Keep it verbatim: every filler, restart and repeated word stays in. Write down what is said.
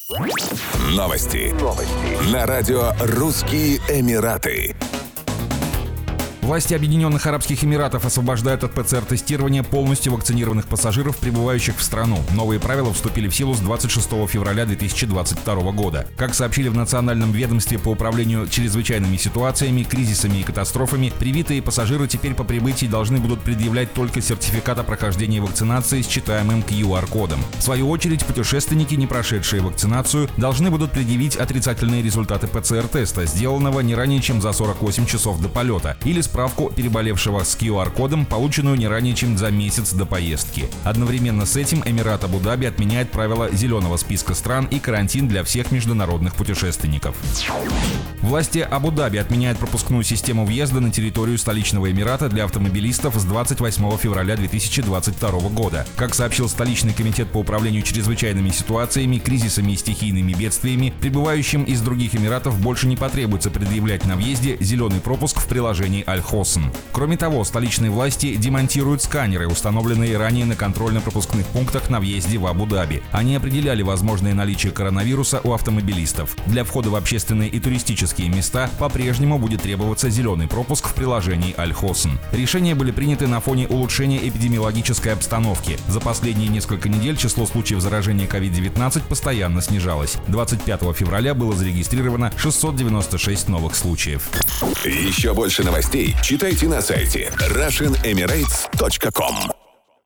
Новости. Новости. На радио «Русские Эмираты». Власти Объединенных Арабских Эмиратов освобождают от ПЦР-тестирования полностью вакцинированных пассажиров, прибывающих в страну. Новые правила вступили в силу с двадцать шестого февраля две тысячи двадцать второго года. Как сообщили в Национальном ведомстве по управлению чрезвычайными ситуациями, кризисами и катастрофами, привитые пассажиры теперь по прибытии должны будут предъявлять только сертификат о прохождении вакцинации с читаемым ку ар-кодом. В свою очередь, путешественники, не прошедшие вакцинацию, должны будут предъявить отрицательные результаты ПЦР-теста, сделанного не ранее чем за сорок восемь часов до полета, или справку переболевшего с ку ар-кодом, полученную не ранее чем за месяц до поездки. Одновременно с этим Эмират Абу-Даби отменяет правила зеленого списка стран и карантин для всех международных путешественников. Власти Абу-Даби отменяют пропускную систему въезда на территорию столичного Эмирата для автомобилистов с двадцать восьмого февраля две тысячи двадцать второго года. Как сообщил столичный комитет по управлению чрезвычайными ситуациями, кризисами и стихийными бедствиями, прибывающим из других Эмиратов больше не потребуется предъявлять на въезде зеленый пропуск в приложении Аль-Хосн. Кроме того, столичные власти демонтируют сканеры, установленные ранее на контрольно-пропускных пунктах на въезде в Абу-Даби. Они определяли возможное наличие коронавируса у автомобилистов. Для входа в общественные и туристические места по-прежнему будет требоваться зеленый пропуск в приложении Аль-Хосн. Решения были приняты на фоне улучшения эпидемиологической обстановки. За последние несколько недель число случаев заражения ковид девятнадцать постоянно снижалось. двадцать пятого февраля было зарегистрировано шестьсот девяносто шесть новых случаев. Еще больше новостей читайте на сайте Russian Emirates точка ком.